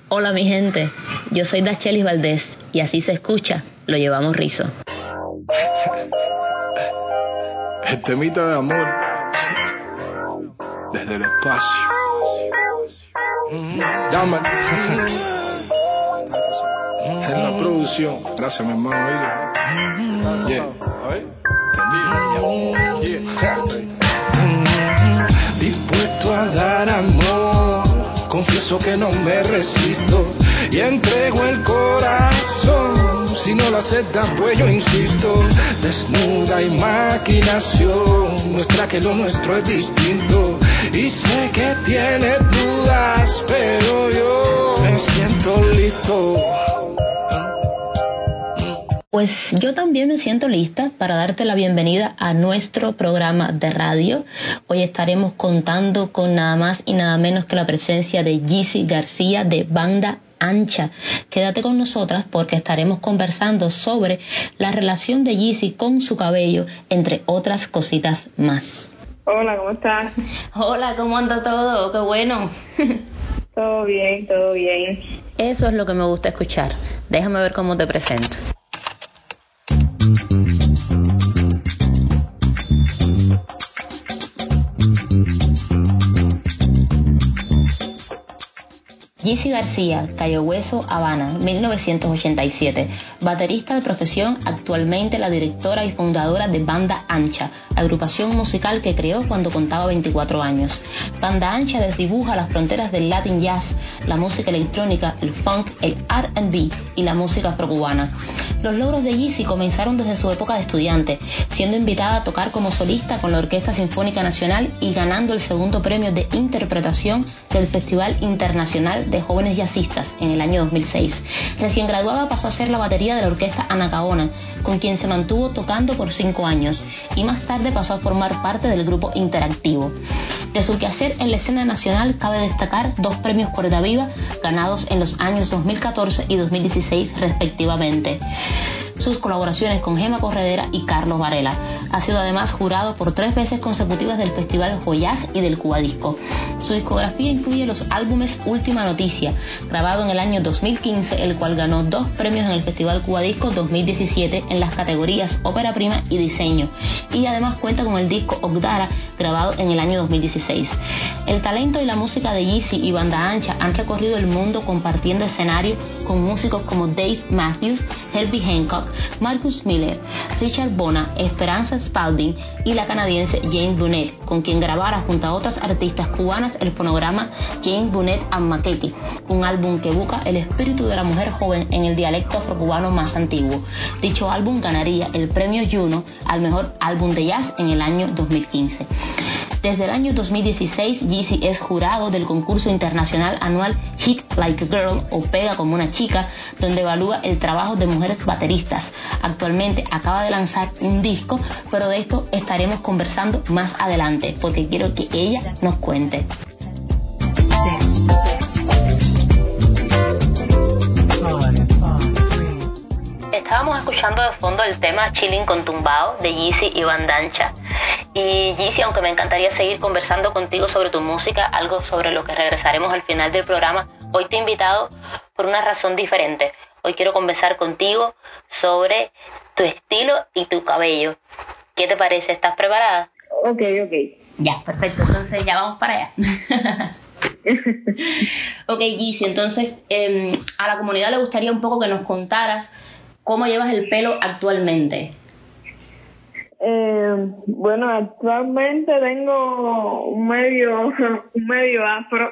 Hola mi gente, yo soy Dachelis Valdés y así se escucha, lo llevamos rizo. El temita de amor desde el espacio. Dame en la producción. Gracias mi hermano. Dispuesto a dar amor, confieso que no me resisto y entrego el corazón. Si no lo aceptas, pues yo insisto. Desnuda imaginación muestra que lo nuestro es distinto. Y sé que tienes dudas, pero yo me siento listo. Pues yo también me siento lista para darte la bienvenida a nuestro programa de radio. Hoy estaremos contando con nada más y nada menos que la presencia de Yeezy García de Banda Ancha. Quédate con nosotras porque estaremos conversando sobre la relación de Yeezy con su cabello, entre otras cositas más. Hola, ¿cómo estás? Hola, ¿cómo anda todo? ¡Qué bueno! Todo bien, todo bien. Eso es lo que me gusta escuchar. Déjame ver cómo te presento. Yeezy García, Cayo Hueso, Habana, 1987. Baterista de profesión, actualmente la directora y fundadora de Banda Ancha, agrupación musical que creó cuando contaba 24 años. Banda Ancha desdibuja las fronteras del Latin Jazz, la música electrónica, el funk, el R&B y la música afrocubana. Los logros de Yeezy comenzaron desde su época de estudiante, siendo invitada a tocar como solista con la Orquesta Sinfónica Nacional y ganando el segundo premio de interpretación del Festival Internacional de Jóvenes Jazzistas en el año 2006. Recién graduada pasó a ser la batería de la Orquesta Anacaona, con quien se mantuvo tocando por 5 años, y más tarde pasó a formar parte del grupo Interactivo. De su quehacer en la escena nacional cabe destacar 2 premios Cuerda Viva ganados en los años 2014 y 2016 respectivamente. Sus colaboraciones con Gema Corredera y Carlos Varela. Ha sido además jurado por 3 veces consecutivas del Festival Joyaz y del Cuba Disco. Su discografía incluye los álbumes Última Noticia, grabado en el año 2015, el cual ganó 2 premios en el Festival Cuba Disco 2017 en las categorías Ópera Prima y Diseño, y además cuenta con el disco Ogdara, grabado en el año 2016. El talento y la música de Yeezy y Banda Ancha han recorrido el mundo compartiendo escenario con músicos como Dave Matthews, Herbie Hancock, Marcus Miller, Richard Bona, Esperanza Spalding y la canadiense Jane Bunnett, con quien grabara junto a otras artistas cubanas el fonograma Jane Bunnett and Maquette, un álbum que evoca el espíritu de la mujer joven en el dialecto afrocubano más antiguo. Dicho álbum ganaría el premio Juno al mejor álbum de jazz en el año 2015. Desde el año 2016, Yeezy es jurado del concurso internacional anual Hit Like a Girl o Pega como una chica, donde evalúa el trabajo de mujeres bateristas. Actualmente acaba de lanzar un disco, pero de esto estaremos conversando más adelante, porque quiero que ella nos cuente. Estábamos escuchando de fondo el tema Chilling con Tumbao de Yeezy y Banda Ancha. Y Yeezy, aunque me encantaría seguir conversando contigo sobre tu música, algo sobre lo que regresaremos al final del programa, hoy te he invitado por una razón diferente. Hoy quiero conversar contigo sobre tu estilo y tu cabello. ¿Qué te parece? ¿Estás preparada? Ok. Ya, perfecto. Entonces ya vamos para allá. Ok, Yeezy, entonces a la comunidad le gustaría un poco que nos contaras cómo llevas el pelo actualmente. Bueno, actualmente tengo un medio afro.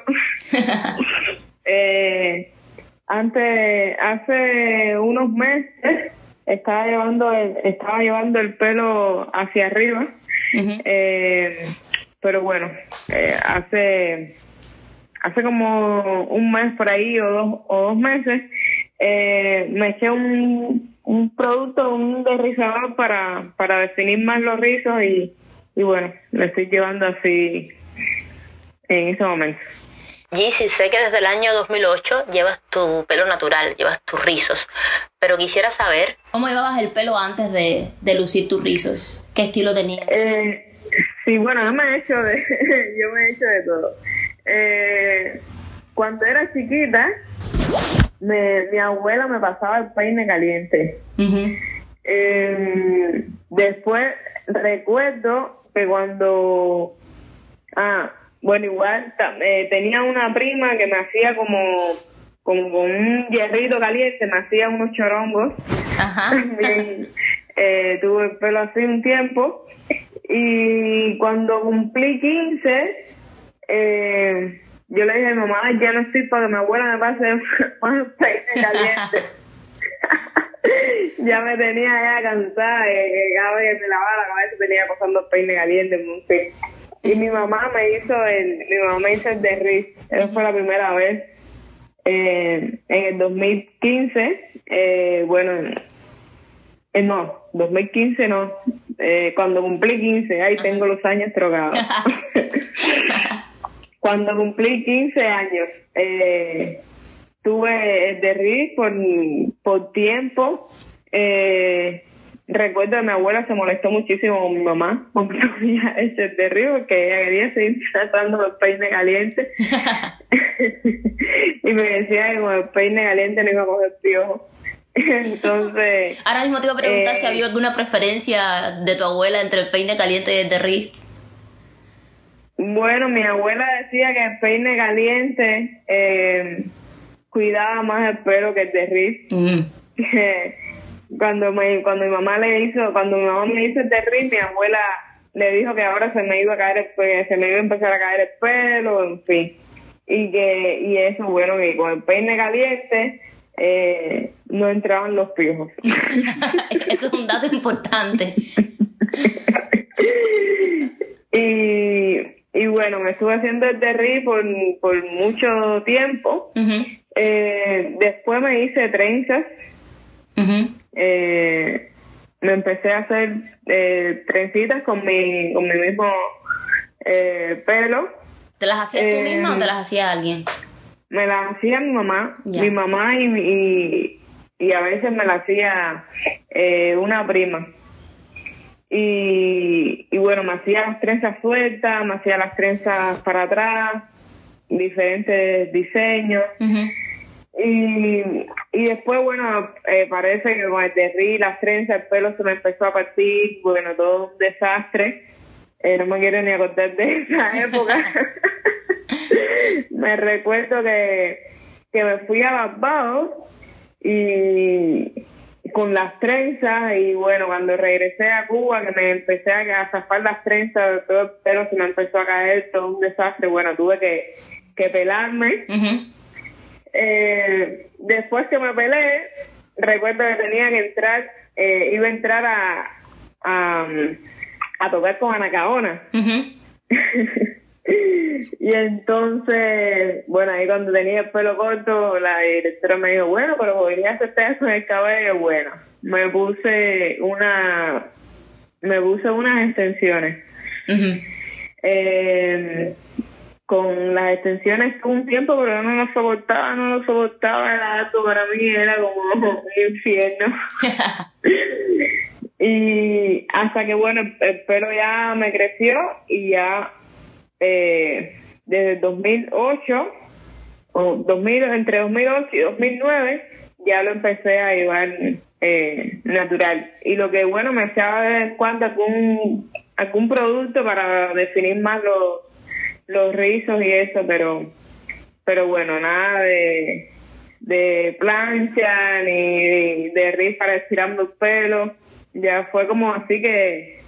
Hace unos meses estaba llevando el pelo hacia arriba. Uh-huh. Pero bueno, hace como un mes por ahí o dos meses me eché un producto, un derrizador para definir más los rizos y bueno, lo estoy llevando así en este momento. Yeezy, sé que desde el año 2008 llevas tu pelo natural, llevas tus rizos, pero quisiera saber cómo llevabas el pelo antes de lucir tus rizos. ¿Qué estilo tenías? Sí, bueno, yo me he hecho de todo. Cuando era chiquita, Mi abuela me pasaba el peine caliente. Después recuerdo que cuando... bueno, igual tenía una prima que me hacía como con un hierrito caliente, me hacía unos chorongos. También tuve el pelo así un tiempo. Y cuando cumplí 15, yo le dije a mi mamá, ya no estoy para que mi abuela me pase más peine caliente. Ya me tenía ya cansada, que cada vez que me lavaba la cabeza tenía pasando el peine caliente, en fin. Y mi mamá me hizo el de Riz. Esa fue la primera vez. En el 2015, no, 2015 no, cuando cumplí 15, ahí tengo los años trocados. Cuando cumplí 15 años, tuve el de Riz por tiempo. Recuerdo que mi abuela se molestó muchísimo con mi mamá porque no había hecho el de Riz, porque ella quería seguir tratando el peine caliente. Y me decía que con el peine caliente no iba a coger piojo. Entonces... Ahora mismo te iba a preguntar si había alguna preferencia de tu abuela entre el peine caliente y el de Riz. Bueno, mi abuela decía que el peine caliente cuidaba más el pelo que el de Riz. Cuando mi mamá me hizo el de Riz, mi abuela le dijo que ahora se me iba a empezar a caer el pelo, en fin. Y eso, bueno, que con el peine caliente no entraban los piojos. Eso es un dato importante. Y bueno, me estuve haciendo el de Riz por mucho tiempo. Después me hice trenzas. Me empecé a hacer trencitas con mi mismo pelo. ¿Te las hacías tú misma o te las hacía alguien? Me las hacía mi mamá. Ya. Mi mamá y a veces me las hacía una prima. Y bueno, me hacía las trenzas sueltas, me hacía las trenzas para atrás, diferentes diseños. Y después, bueno, parece que con el de Riz, las trenzas, el pelo se me empezó a partir, bueno, todo un desastre. No me quiero ni acordar de esa época. Me recuerdo que me fui a Barbados y con las trenzas, y bueno, cuando regresé a Cuba, que me empecé a zafar las trenzas, todo el pelo se me empezó a caer, todo un desastre. Bueno, tuve que pelarme. Después que me pelé, recuerdo que tenía que entrar, iba a entrar a tocar con Anacaona. Y entonces, bueno, ahí cuando tenía el pelo corto, la directora me dijo, bueno, pero podría hacerte eso en el cabello. Bueno, me puse unas extensiones. Con las extensiones un tiempo, pero no lo soportaba, era alto, para mí era como un infierno. Y hasta que, bueno, el pelo ya me creció y ya desde 2008, entre 2008 y 2009, ya lo empecé a llevar natural. Y lo que, bueno, me echaba de vez en cuando algún producto para definir más los rizos y eso, pero bueno, nada de plancha ni de riz para estirando el pelo. Ya fue como así que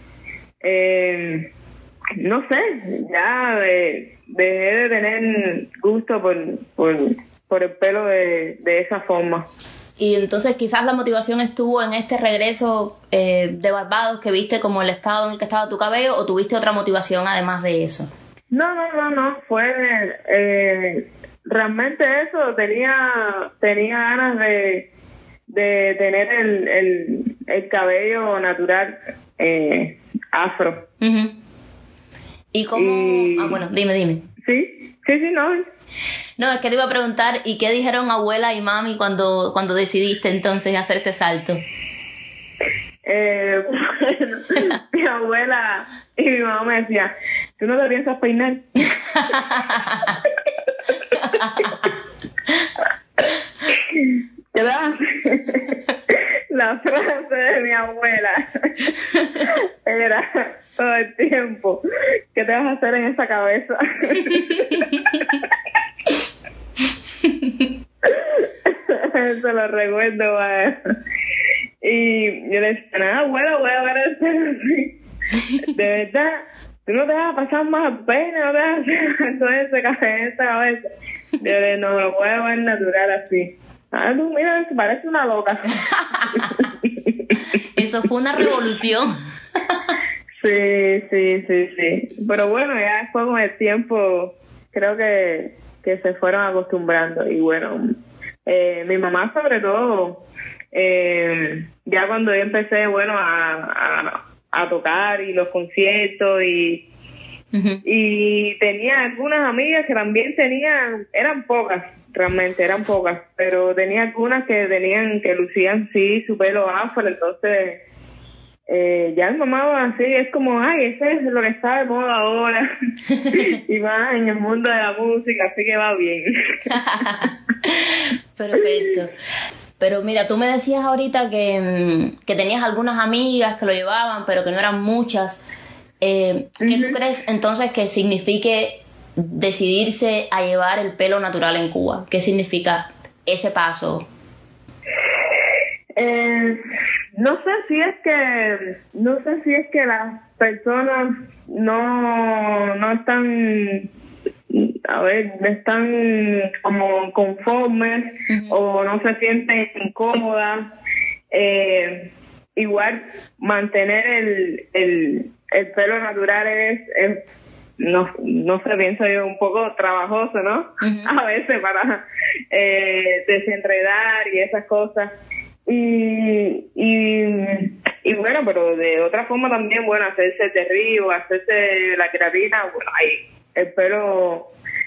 no sé, ya dejé de tener gusto por el pelo de esa forma. Y entonces quizás la motivación estuvo en este regreso de Barbados, que viste como el estado en el que estaba tu cabello, o tuviste otra motivación además de eso. No, fue realmente eso, tenía ganas de tener el cabello natural afro. ¿Y cómo? Bueno, dime. Sí, no. No, es que te iba a preguntar, ¿y qué dijeron abuela y mami cuando decidiste entonces hacer este salto? Bueno, mi abuela y mi mamá me decían, ¿tú no te piensas peinar? la frase de mi abuela era todo el tiempo, ¿qué te vas a hacer en esa cabeza? Eso lo recuerdo. Y yo le decía, nada, abuela, voy a ver el pelo así. De verdad, tú no te vas a pasar más pena, no te vas a hacer todo ese cabeza. Yo le no, lo puedo ver natural así. Ah, tú mira, parece una loca. Eso fue una revolución. Sí. Pero bueno, ya después con el tiempo creo que se fueron acostumbrando. Y bueno, mi mamá sobre todo, ya cuando yo empecé, bueno, a tocar y los conciertos y tenía algunas amigas que también eran pocas, realmente eran pocas, pero tenía algunas que lucían sí su pelo afro, entonces ya mi mamá así es como, ay, ese es lo que está de moda ahora y más en el mundo de la música, así que va bien. Perfecto. Pero mira, tú me decías ahorita que tenías algunas amigas que lo llevaban, pero que no eran muchas. ¿Qué tú crees entonces que signifique decidirse a llevar el pelo natural en Cuba? ¿Qué significa ese paso? No sé si es que las personas no están, a ver, están como conformes o no se sienten incómodas. Igual mantener el pelo natural es no sé, pienso yo, un poco trabajoso, ¿no? A veces para desenredar y esas cosas. Y bueno, pero de otra forma también, bueno, hacerse derribo, hacerse la queratina, bueno, ahí el pelo,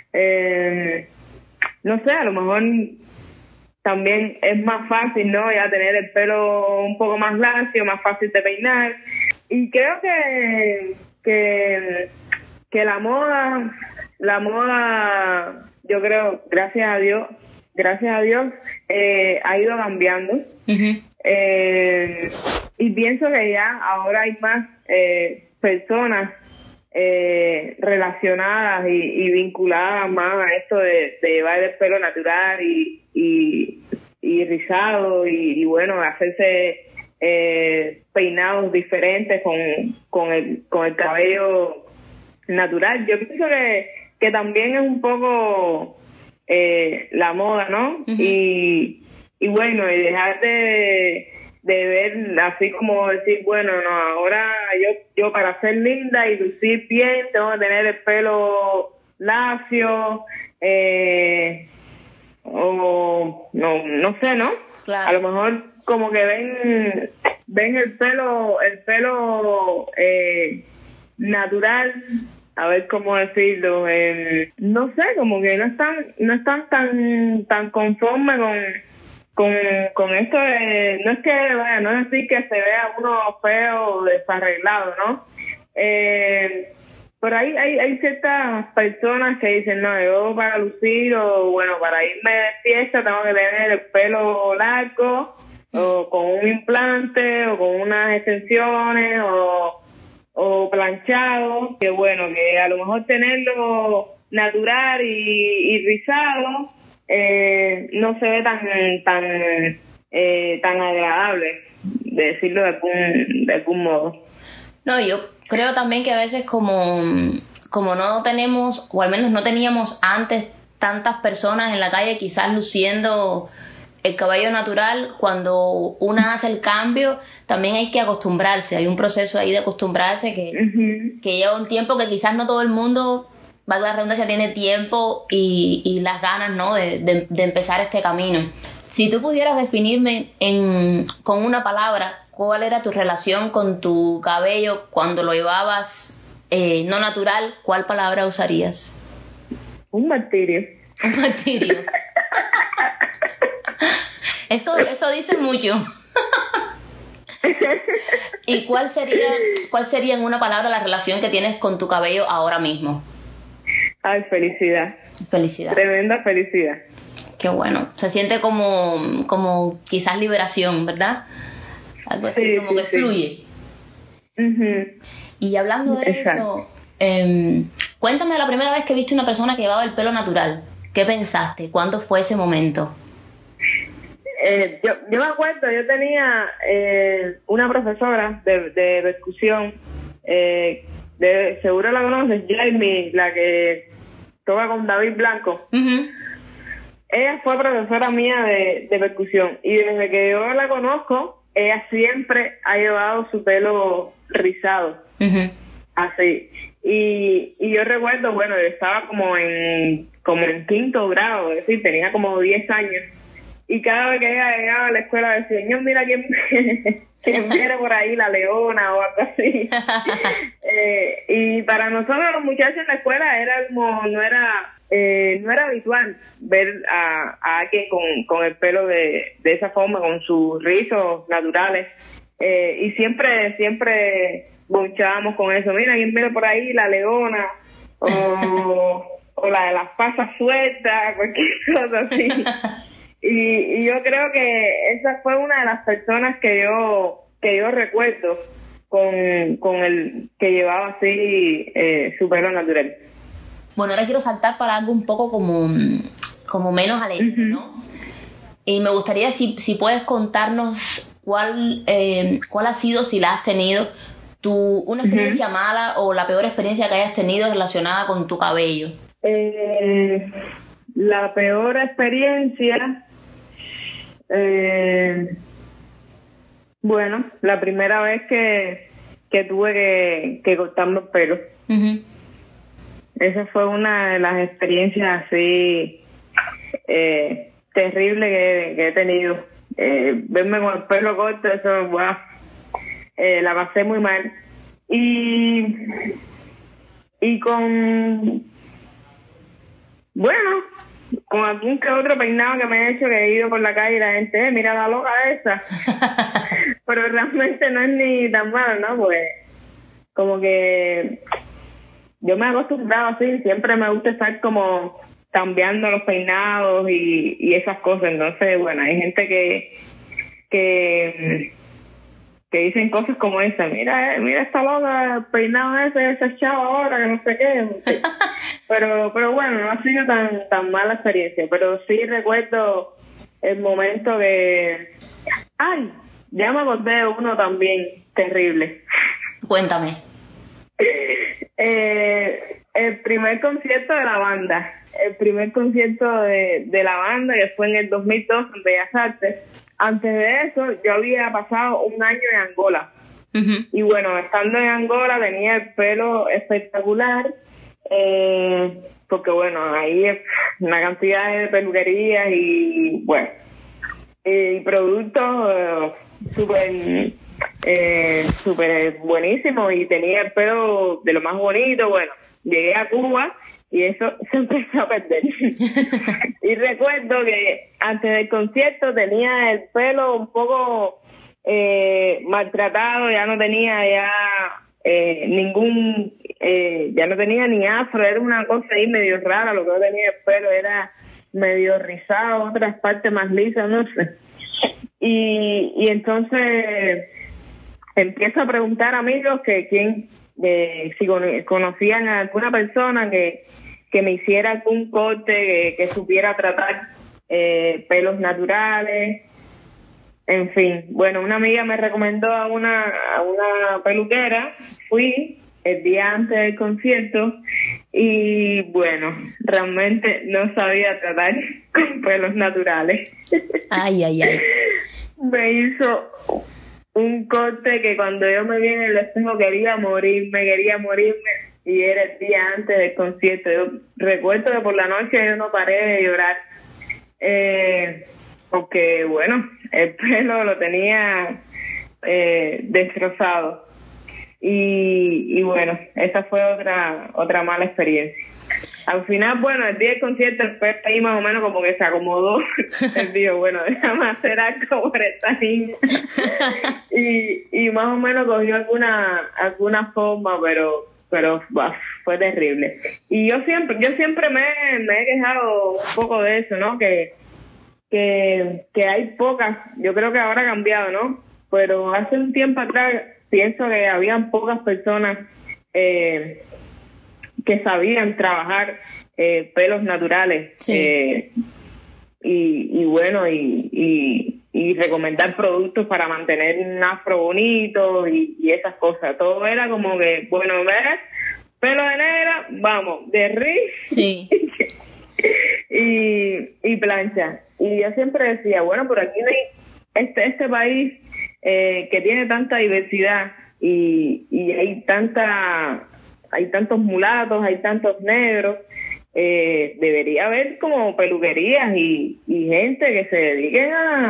no sé, a lo mejor también es más fácil, ¿no? Ya tener el pelo un poco más lacio, más fácil de peinar. Y creo que la moda, yo creo, gracias a Dios, ha ido cambiando. Y pienso que ya ahora hay más personas relacionadas y vinculadas más a esto de llevar el pelo natural y rizado y bueno, hacerse peinados diferentes con el cabello natural. Yo pienso que también es un poco la moda, ¿no? Y bueno, y dejar de ver así como decir, bueno, no, ahora yo para ser linda y lucir bien tengo que tener el pelo lacio, o no sé, ¿no? Claro. A lo mejor como que ven el pelo natural, a ver cómo decirlo, no sé, como que no están tan conformes con esto de, no es que vaya, no es decir que se vea uno feo, desarreglado, ¿no? Pero hay ciertas personas que dicen, no, yo para lucir o bueno, para irme de fiesta tengo que tener el pelo largo o con un implante o con unas extensiones o planchado, que bueno, que a lo mejor tenerlo natural y rizado no se ve tan agradable, de decirlo de algún modo. No, yo creo también que a veces como no tenemos, o al menos no teníamos antes tantas personas en la calle quizás luciendo el cabello natural, cuando una hace el cambio también hay que acostumbrarse, hay un proceso ahí de acostumbrarse que lleva un tiempo, que quizás no todo el mundo, valga la redundancia, tiene tiempo y las ganas, ¿no? de empezar este camino. Si tú pudieras definirme con una palabra, ¿cuál era tu relación con tu cabello cuando lo llevabas no natural? ¿Cuál palabra usarías? Un martirio. Un martirio. Eso dice mucho. ¿Y cuál sería en una palabra la relación que tienes con tu cabello ahora mismo? Ay, felicidad. Felicidad. Tremenda felicidad. Qué bueno. Se siente como quizás liberación, ¿verdad? algo así, como que fluye. Y hablando de eso, cuéntame la primera vez que viste una persona que llevaba el pelo natural. ¿Qué pensaste? ¿Cuándo fue ese momento? Yo me acuerdo, yo tenía una profesora de percusión, seguro la conoces, Jamie, la que toca con David Blanco. Ella fue profesora mía de percusión y desde que yo la conozco, ella siempre ha llevado su pelo rizado, así. Y yo recuerdo, bueno, yo estaba como en quinto grado, es decir, tenía como 10 años. Y cada vez que ella llegaba a la escuela decía, señor, mira quién viene por ahí, la leona o algo así. Y para nosotros los muchachos en la escuela era como, no era habitual ver a alguien con el pelo de esa forma, con sus rizos naturales. Y siempre bonchábamos con eso. Mira quién viene por ahí, la leona o la de las pasas sueltas, cualquier cosa así. Y yo creo que esa fue una de las personas que yo recuerdo con el que llevaba así su pelo natural. Bueno, ahora quiero saltar para algo un poco como menos alegre, ¿no? Y me gustaría si puedes contarnos cuál ha sido, si la has tenido, una experiencia mala o la peor experiencia que hayas tenido relacionada con tu cabello. La peor experiencia, bueno, la primera vez que tuve que cortarme el pelo. Esa fue una de las experiencias así terribles que he tenido. Verme con el pelo corto, eso, wow, la pasé muy mal. Y con algún que otro peinado que me he hecho, que he ido por la calle y la gente, mira la loca esa. Pero realmente no es ni tan malo, ¿no? Pues como que yo me he acostumbrado así, siempre me gusta estar como cambiando los peinados y esas cosas. Entonces, bueno, hay gente que dicen cosas como esa, mira esta loca, el peinado ese chavo ahora, que no sé qué. Pero bueno, no ha sido tan mala experiencia, pero sí recuerdo el momento que... ¡Ay! Ya me acordé de uno también terrible. Cuéntame. El primer concierto de la banda. El primer concierto de la banda, que fue en el 2002 en Bellas Artes. Antes de eso, yo había pasado un año en Angola. Y bueno, estando en Angola tenía el pelo espectacular, porque bueno, ahí es una cantidad de peluquerías y bueno, y productos súper buenísimos, y tenía el pelo de lo más bonito. Bueno, llegué a Cuba y eso se empezó a perder. Y recuerdo que antes del concierto tenía el pelo un poco maltratado, ya no tenía ya no tenía ni afro, era una cosa ahí medio rara, lo que yo tenía el pelo era medio rizado, otras partes más lisas, no sé. Y entonces empiezo a preguntar a amigos si conocían a alguna persona que me hiciera algún corte, que supiera tratar pelos naturales, en fin. Bueno, una amiga me recomendó a una peluquera, fui el día antes del concierto y bueno, realmente no sabía tratar con pelos naturales. Ay. Me hizo un corte que cuando yo me vi en el espejo quería morirme, y era el día antes del concierto. Yo recuerdo que por la noche yo no paré de llorar, porque bueno, el pelo lo tenía destrozado. Y bueno, esa fue otra mala experiencia. Al final, bueno, el día del concierto el pelo ahí más o menos como que se acomodó. Él dijo, bueno, déjame hacer algo por esta niña. y más o menos cogió alguna forma, pero fue terrible. Y yo siempre me he quejado un poco de eso, ¿no? Que hay pocas, yo creo que ahora ha cambiado, ¿no? pero hace un tiempo atrás pienso que habían pocas personas que sabían trabajar pelos naturales. Sí. Y bueno, y recomendar productos para mantener un afro bonito y esas cosas. Todo era como que, bueno, ¿ves? Pelo de negra, vamos, de ris Sí. y plancha. Y yo siempre decía, bueno, por aquí no hay este país que tiene tanta diversidad y hay tantos mulatos, hay tantos negros. Debería haber como peluquerías y gente que se dediquen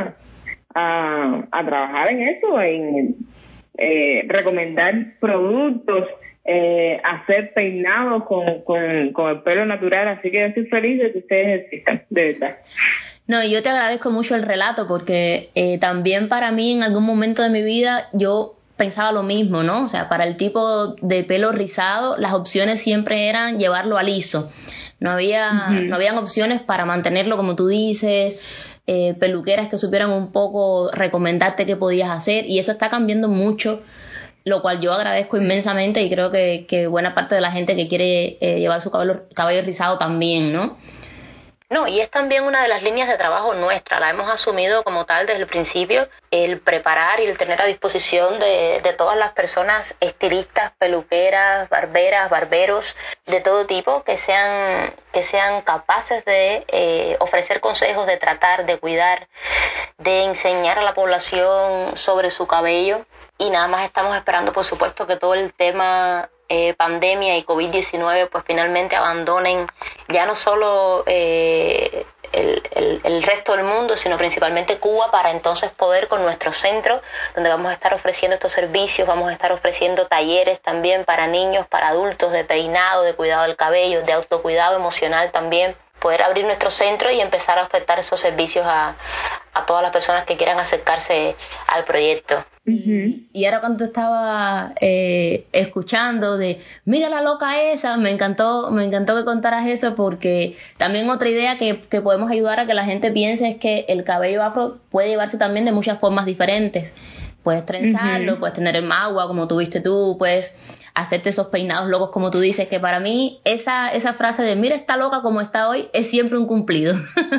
a trabajar en eso, en recomendar productos, hacer peinados con el pelo natural. Así que estoy feliz de que ustedes existan, de verdad. No, yo te agradezco mucho el relato porque también para mí en algún momento de mi vida yo pensaba lo mismo, ¿no? O sea, para el tipo de pelo rizado las opciones siempre eran llevarlo a liso. No habían opciones para mantenerlo como tú dices, peluqueras que supieran un poco recomendarte qué podías hacer, y eso está cambiando mucho, lo cual yo agradezco inmensamente, y creo que buena parte de la gente que quiere llevar su cabello rizado también, ¿no? No, y es también una de las líneas de trabajo nuestra, la hemos asumido como tal desde el principio, el preparar y el tener a disposición de todas las personas, estilistas, peluqueras, barberas, barberos, de todo tipo, que sean capaces de ofrecer consejos, de tratar, de cuidar, de enseñar a la población sobre su cabello. Y nada más estamos esperando, por supuesto, que todo el tema pandemia y COVID-19 pues finalmente abandonen ya no solo el resto del mundo, sino principalmente Cuba, para entonces poder con nuestro centro, donde vamos a estar ofreciendo estos servicios, vamos a estar ofreciendo talleres también para niños, para adultos, de peinado, de cuidado del cabello, de autocuidado emocional también, poder abrir nuestro centro y empezar a ofertar esos servicios a todas las personas que quieran acercarse al proyecto. Y ahora cuando estaba escuchando de mira la loca esa, me encantó que contaras eso, porque también otra idea que podemos ayudar a que la gente piense es que el cabello afro puede llevarse también de muchas formas diferentes. Puedes trenzarlo, puedes tener el magua como tuviste tú, puedes hacerte esos peinados locos como tú dices, que para mí esa frase de mira está loca como está hoy es siempre un cumplido.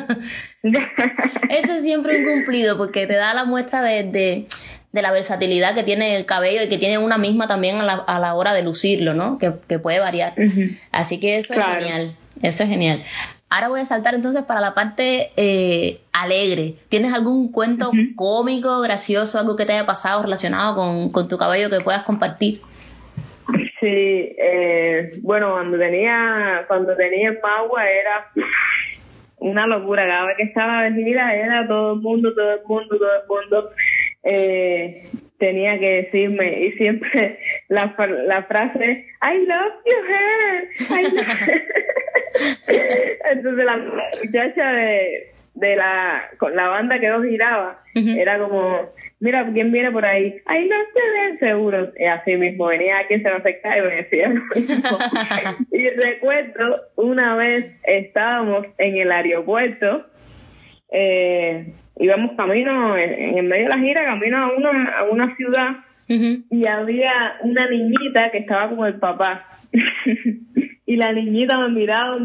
Eso es siempre un cumplido, porque te da la muestra de la versatilidad que tiene el cabello y que tiene una misma también a la hora de lucirlo, ¿no? Que puede variar. Así que eso es genial, eso es genial. Ahora voy a saltar entonces para la parte alegre. ¿Tienes algún cuento cómico, gracioso, algo que te haya pasado relacionado con tu cabello que puedas compartir? Sí, bueno, cuando tenía el magua era una locura. Cada vez que estaba de gira era todo el mundo tenía que decirme, y siempre la frase I love your hair, I love Entonces la muchacha con la banda que yo giraba era como, mira, ¿quién viene por ahí? Ay, no te ven seguro. Y así mismo venía a quien se me acercaba y me decía lo mismo. Y recuerdo una vez estábamos en el aeropuerto, íbamos camino, en medio de la gira, camino a una ciudad, y había una niñita que estaba con el papá. Y la niñita me miraba,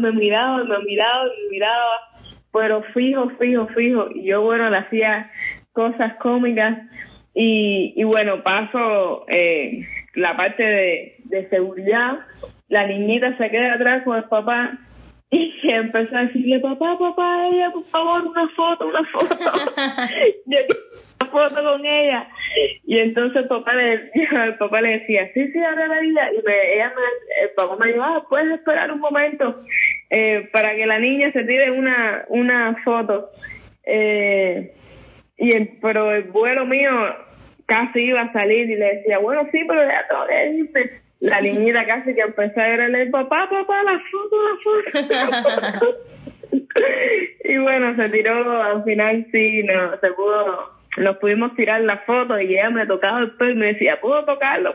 pero fijo, y yo, bueno, le hacía cosas cómicas, y bueno, paso la parte de seguridad, la niñita se queda atrás con el papá, y empezó a decirle, papá, ella, por favor, una foto. Yo quiero una foto con ella. Y entonces el papá le decía, sí, ahora la vida. Y el papá me dijo, puedes esperar un momento para que la niña se tire una foto. Pero el vuelo mío casi iba a salir, y le decía, bueno, sí, pero ya todo que dice. La niñita casi que empezó a gritarle, papá, la foto. Y bueno, se tiró, al final sí, nos pudimos tirar la foto, y ella me tocaba el pelo y me decía, puedo tocarlo.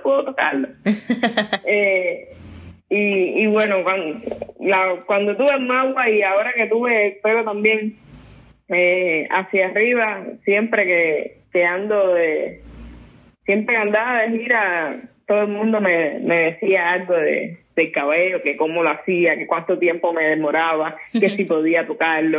Y bueno, cuando tuve el magua y ahora que tuve el pelo también hacia arriba, siempre que ando siempre andaba de gira, todo el mundo me decía algo del cabello, que cómo lo hacía, que cuánto tiempo me demoraba, que si podía tocarlo.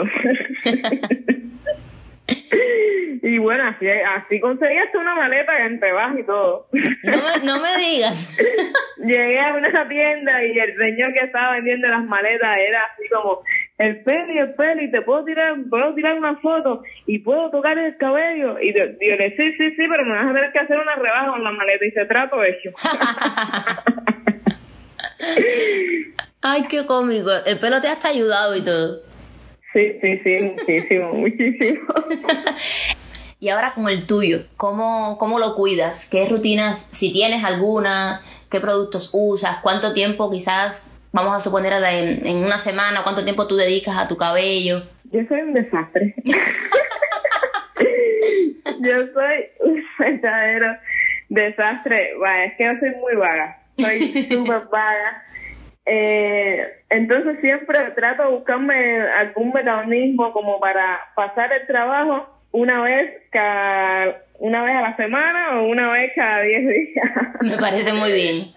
Y bueno, así conseguí hasta una maleta entre baja y todo. No me digas. Llegué a una tienda y el señor que estaba vendiendo las maletas era así como, el pelo, y te puedo tirar una foto, y puedo tocar el cabello. Y yo le sí, pero me vas a tener que hacer una rebaja con la maleta, y se trato hecho. Ay, qué cómico. El pelo te ha hasta ayudado y todo. Sí, muchísimo. Y ahora con el tuyo, ¿cómo lo cuidas? ¿Qué rutinas, si tienes alguna, qué productos usas? ¿Cuánto tiempo quizás, vamos a suponer en una semana, cuánto tiempo tú dedicas a tu cabello? Yo soy un desastre. Yo soy un verdadero desastre. Es que yo soy muy vaga. Soy súper vaga. Entonces siempre trato de buscarme algún mecanismo como para pasar el trabajo una vez a la semana o una vez cada 10 días. Me parece muy bien.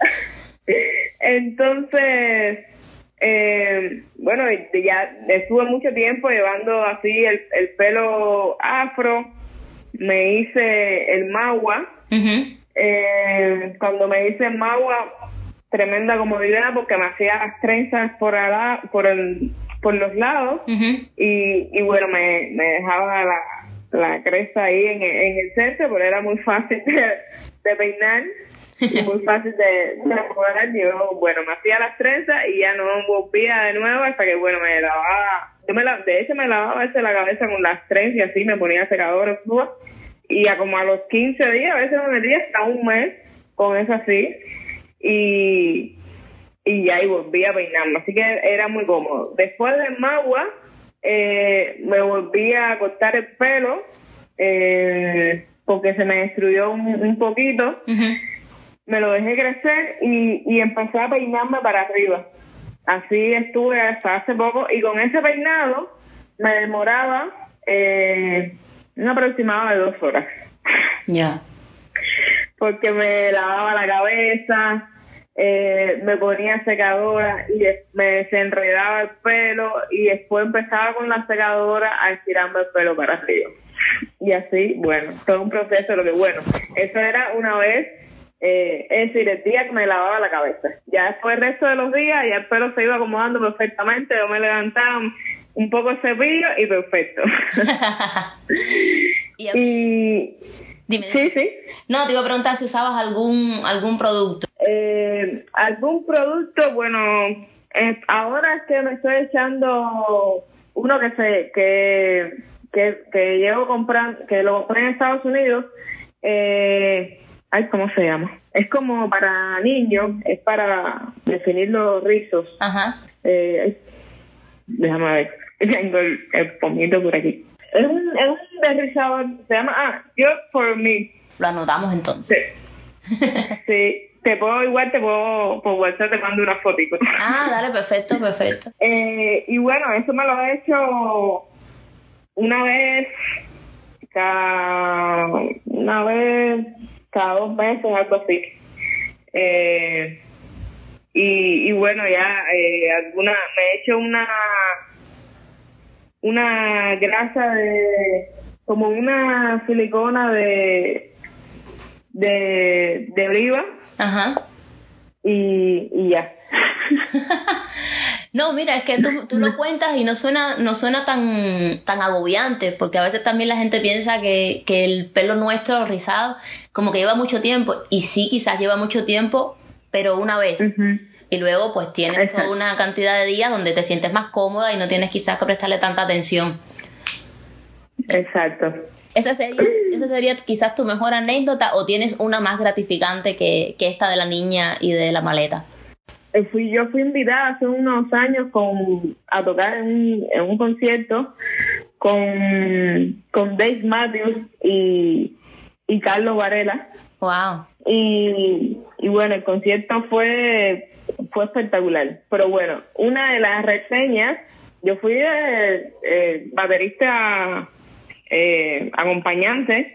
Entonces, bueno, ya estuve mucho tiempo llevando así el pelo afro, me hice el magua. Uh-huh. Cuando me hice el magua, tremenda comodidad porque me hacía las trenzas por los lados. Uh-huh. y bueno, me dejaba la cresta ahí en el centro, pero era muy fácil de peinar y muy fácil de acomodar. Yo, bueno, me hacía las trenzas y ya no volvía de nuevo hasta que, bueno, me lavaba. De hecho, me lavaba a veces la cabeza con las trenzas y así me ponía secador, y como a los 15 días, a veces me metía hasta un mes con eso así. Y ya, y volví a peinarme, así que era muy cómodo. Después del magua, me volví a cortar el pelo, porque se me destruyó un poquito. Uh-huh. Me lo dejé crecer y empecé a peinarme para arriba. Así estuve hasta hace poco, y con ese peinado me demoraba un aproximado de 2 horas. Ya. Yeah. Porque me lavaba la cabeza, me ponía secadora y me desenredaba el pelo, y después empezaba con la secadora a estirarme el pelo para arriba. Y así, bueno, todo un proceso. Lo que, bueno, eso era una vez, es decir, el día que me lavaba la cabeza. Ya después el resto de los días ya el pelo se iba acomodando perfectamente, yo me levantaba un poco el cepillo y perfecto. y Dime. Sí. No, te iba a preguntar si usabas algún producto. Algún producto, bueno, ahora es que me estoy echando uno que llevo comprando, que lo compré en Estados Unidos. ¿Cómo se llama? Es como para niños, es para definir los rizos. Ajá. Déjame ver, tengo el pomito por aquí. Es un desrizador, se llama Good for Me. Lo anotamos entonces. Sí, por WhatsApp te mando una fotito. Dale, perfecto. Y bueno, eso me lo he hecho una vez cada 2 meses, algo así. Y bueno, ya me he hecho una grasa como una silicona de oliva. Ajá. Y ya. No, mira, es que tú lo cuentas y no suena tan agobiante, porque a veces también la gente piensa que el pelo nuestro rizado como que lleva mucho tiempo, y sí, quizás lleva mucho tiempo, pero una vez. Uh-huh. Y luego pues tienes toda una cantidad de días donde te sientes más cómoda y no tienes quizás que prestarle tanta atención. Exacto. ¿Esa sería quizás tu mejor anécdota, o tienes una más gratificante que esta de la niña y de la maleta? Yo fui invitada hace unos años a tocar en un concierto con Dave Matthews y Carlos Varela. Wow. Y bueno, el concierto fue espectacular. Pero bueno, una de las reseñas, yo fui baterista acompañante,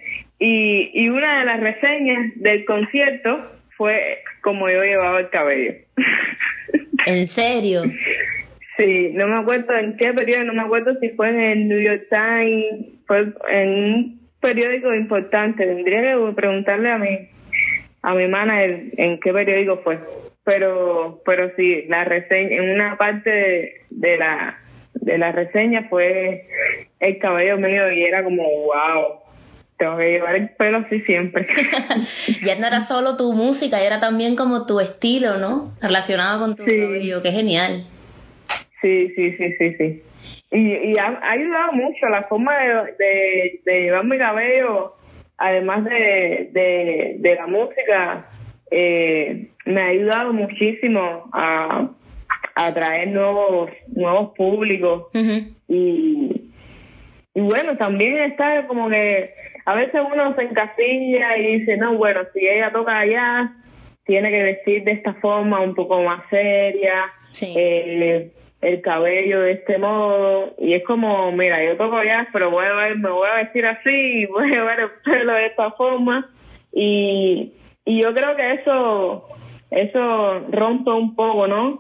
y una de las reseñas del concierto fue como yo llevaba el cabello. ¿En serio? Sí, no me acuerdo en qué periódico, no me acuerdo si fue en el New York Times, fue en un periódico importante. Tendría que preguntarle a mi manager en qué periódico fue. Pero sí, la reseña, en una parte de la reseña fue el cabello mío y era como wow, tengo que llevar el pelo así siempre. Ya no era solo tu música, era también como tu estilo, ¿no? Relacionado con tu cabello, qué genial. Sí. Y ha ayudado mucho la forma de llevar mi cabello, además de la música, me ha ayudado muchísimo a atraer nuevos públicos. Y bueno, también está como que a veces uno se encasilla y dice, no, bueno, si ella toca allá, tiene que vestir de esta forma un poco más seria, el cabello de este modo, y es como, mira, yo toco jazz, pero me voy a vestir así, y voy a llevar el pelo de esta forma, y yo creo que eso rompe un poco, ¿no?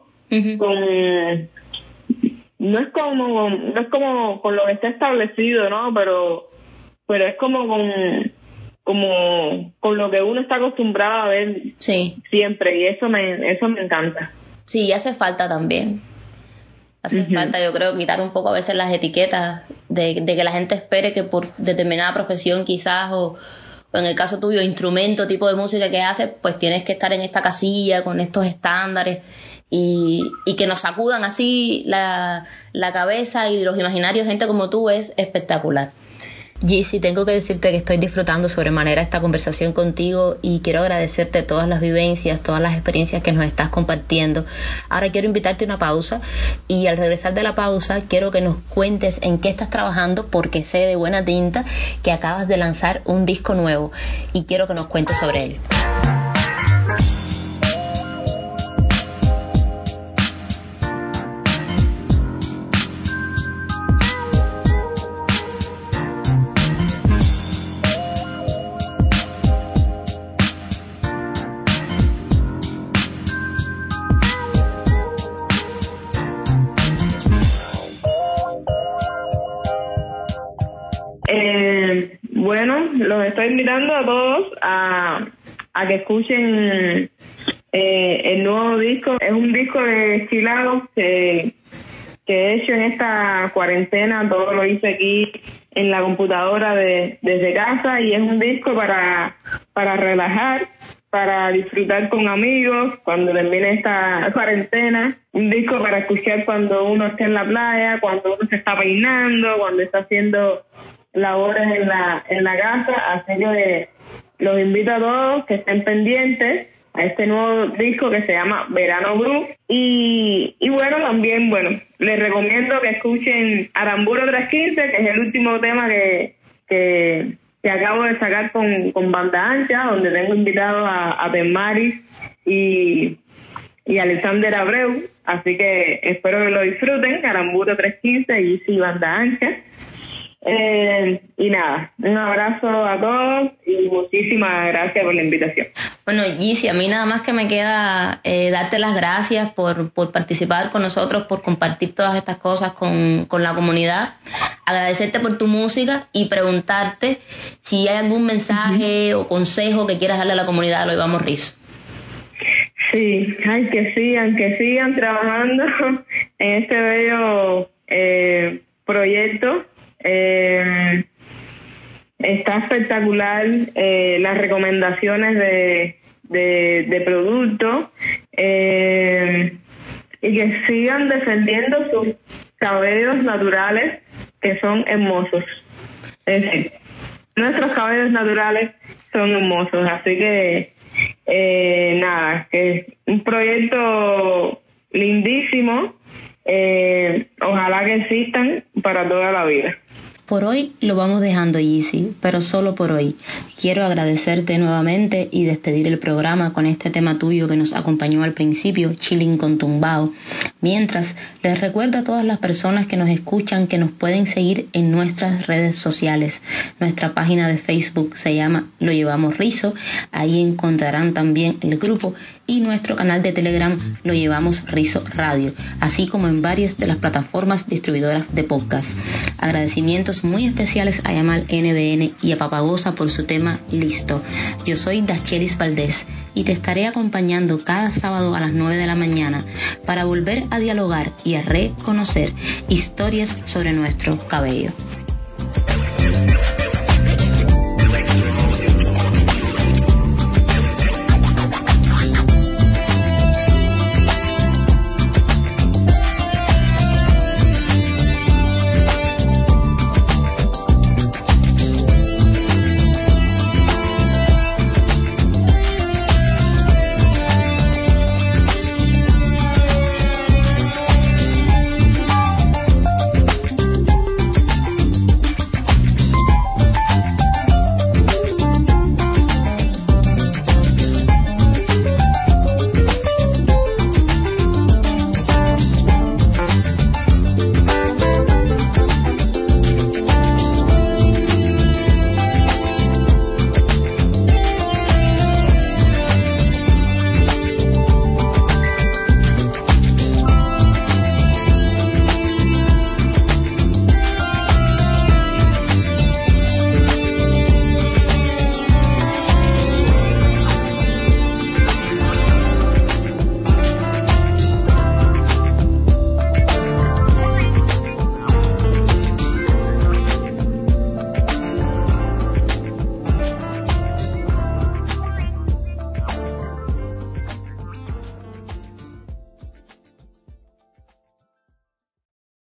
No es como con lo que está establecido, ¿no? Pero es como con lo que uno está acostumbrado a ver siempre, y eso me encanta. Sí, hace falta también. Hace falta, yo creo, quitar un poco a veces las etiquetas de que la gente espere que por determinada profesión quizás o en el caso tuyo, instrumento, tipo de música que haces, pues tienes que estar en esta casilla con estos estándares y que nos sacudan así la cabeza y los imaginarios, gente como tú, es espectacular. Gizzy, tengo que decirte que estoy disfrutando sobremanera esta conversación contigo y quiero agradecerte todas las vivencias, todas las experiencias que nos estás compartiendo. Ahora quiero invitarte a una pausa y al regresar de la pausa quiero que nos cuentes en qué estás trabajando porque sé de buena tinta que acabas de lanzar un disco nuevo y quiero que nos cuentes sobre él. Bueno, los estoy invitando a todos a que escuchen el nuevo disco. Es un disco de Chilago que he hecho en esta cuarentena. Todo lo hice aquí en la computadora desde casa, y es un disco para relajar, para disfrutar con amigos cuando termine esta cuarentena. Un disco para escuchar cuando uno esté en la playa, cuando uno se está peinando, cuando está haciendo labores en la casa. Así que los invito a todos que estén pendientes a este nuevo disco que se llama Verano Groove. Y bueno, también, les recomiendo que escuchen Aramburo 315, que es el último tema que acabo de sacar con Banda Ancha, donde tengo invitado a Benmaris y Alexander Abreu. Así que espero que lo disfruten, Aramburo 315 y sí, Banda Ancha. Y nada, un abrazo a todos y muchísimas gracias por la invitación. Bueno, Gizzy, a mí nada más que me queda darte las gracias por participar con nosotros, por compartir todas estas cosas con la comunidad, agradecerte por tu música y preguntarte si hay algún mensaje o consejo que quieras darle a la comunidad de Lo Vamos Rizo. Sí, que sigan trabajando en este bello proyecto. Está espectacular las recomendaciones de productos, y que sigan defendiendo sus cabellos naturales, que son hermosos. Es decir, nuestros cabellos naturales son hermosos, así que nada, que es un proyecto lindísimo. Ojalá que existan para toda la vida. Por hoy lo vamos dejando, Yeezy, pero solo por hoy. Quiero agradecerte nuevamente y despedir el programa con este tema tuyo que nos acompañó al principio, Chilling con Tumbao. Mientras, les recuerdo a todas las personas que nos escuchan que nos pueden seguir en nuestras redes sociales. Nuestra página de Facebook se llama Lo Llevamos Rizo, ahí encontrarán también el grupo, y nuestro canal de Telegram Lo Llevamos Rizo Radio, así como en varias de las plataformas distribuidoras de podcast. Agradecimientos muy especiales a Yamal NBN y a Papagosa por su tema Listo. Yo soy Dachelis Valdés y te estaré acompañando cada sábado a las 9 de la mañana para volver a dialogar y a reconocer historias sobre nuestro cabello.